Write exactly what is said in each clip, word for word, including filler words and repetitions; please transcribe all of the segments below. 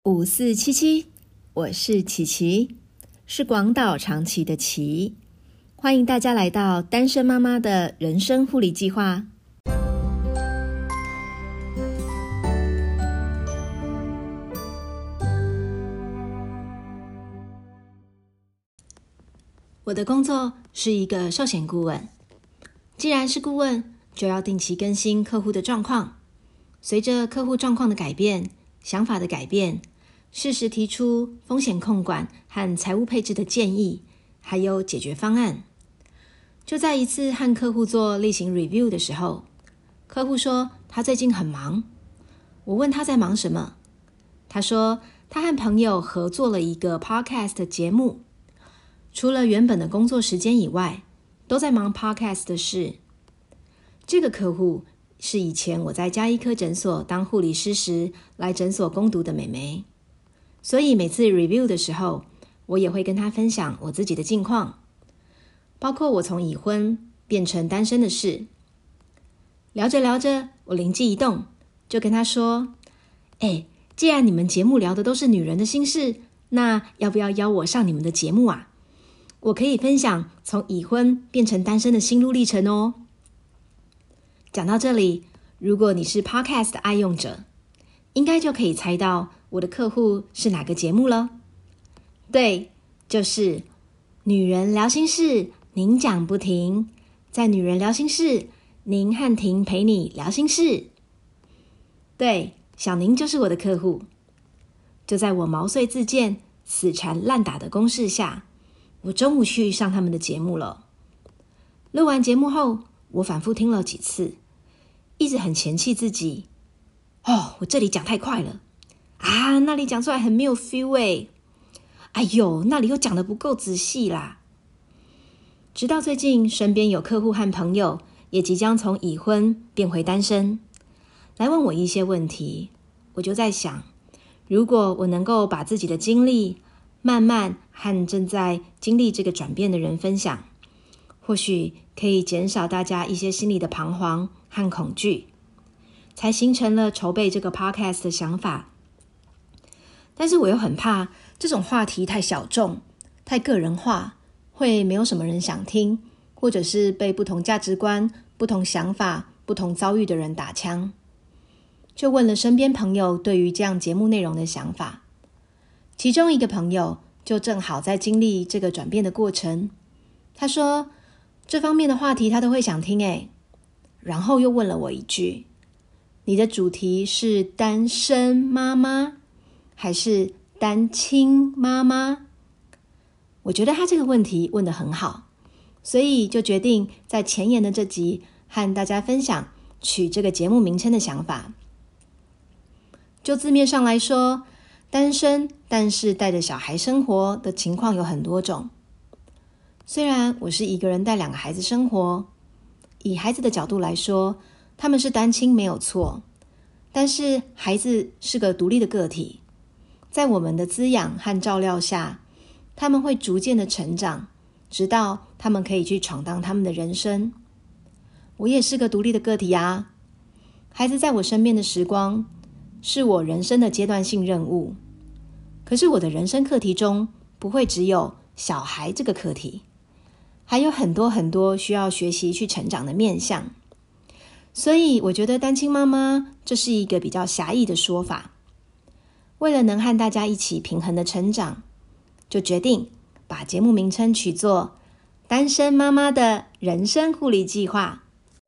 五四七七，我是琪琪，是广岛长崎的琪，欢迎大家来到单身妈妈的人生护理计划。 我的工作是一个寿险顾问，既然是顾问，就要定期更新客户的状况，随着客户状况的改变、想法的改变，适时提出风险控管和财务配置的建议，还有解决方案。就在一次和客户做例行 review 的时候，客户说他最近很忙。我问他在忙什么，他说他和朋友合作了一个 podcast 节目，除了原本的工作时间以外，都在忙 podcast 的事。这个客户是以前我在家医科诊所当护理师时来诊所攻读的美眉，所以每次 review 的时候，我也会跟她分享我自己的近况，包括我从已婚变成单身的事。聊着聊着，我灵机一动，就跟她说：哎，既然你们节目聊的都是女人的心事，那要不要邀我上你们的节目啊？我可以分享从已婚变成单身的心路历程哦。讲到这里，如果你是 podcast 的爱用者，应该就可以猜到我的客户是哪个节目了。对，就是女人聊心事，您讲不停。在女人聊心事，您和婷陪你聊心事。对，小宁就是我的客户。就在我毛遂自荐、死缠烂打的攻势下，我中午去上他们的节目了。录完节目后，我反复听了几次，一直很嫌弃自己。哦，我这里讲太快了啊，那里讲出来很没有 feel 欸。哎呦，那里又讲得不够仔细啦。直到最近，身边有客户和朋友也即将从已婚变回单身，来问我一些问题，我就在想，如果我能够把自己的经历慢慢和正在经历这个转变的人分享，或许可以减少大家一些心里的彷徨和恐惧，才形成了筹备这个 podcast 的想法。但是我又很怕这种话题太小众、太个人化，会没有什么人想听，或者是被不同价值观、不同想法、不同遭遇的人打枪。就问了身边朋友对于这样节目内容的想法，其中一个朋友就正好在经历这个转变的过程，他说这方面的话题他都会想听诶。然后又问了我一句，你的主题是单身妈妈还是单亲妈妈？我觉得他这个问题问得很好，所以就决定在前言的这集和大家分享取这个节目名称的想法。就字面上来说，单身但是带着小孩生活的情况有很多种。虽然我是一个人带两个孩子生活，以孩子的角度来说，他们是单亲没有错，但是孩子是个独立的个体，在我们的滋养和照料下，他们会逐渐的成长，直到他们可以去闯荡他们的人生。我也是个独立的个体啊，孩子在我身边的时光是我人生的阶段性任务，可是我的人生课题中不会只有小孩这个课题，还有很多很多需要学习去成长的面向。所以我觉得单亲妈妈这是一个比较狭义的说法。为了能和大家一起平衡的成长，就决定把节目名称取作单身妈妈的人生护理计划。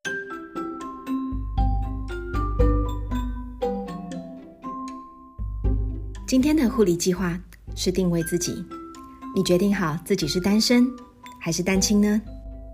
今天的护理计划是定位自己，你决定好自己是单身还是单亲呢？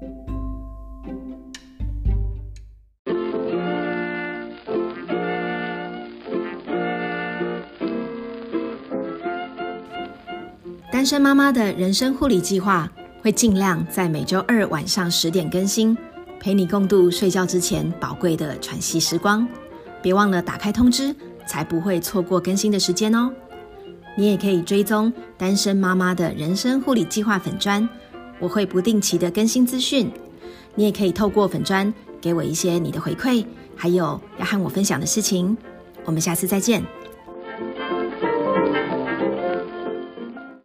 单身妈妈的人生护理计划会尽量在每周二晚上十点更新，陪你共度睡觉之前宝贵的喘息时光。别忘了打开通知，才不会错过更新的时间哦。你也可以追踪单身妈妈的人生护理计划粉专，我会不定期的更新资讯。你也可以透过粉专给我一些你的回馈，还有要和我分享的事情。我们下次再见。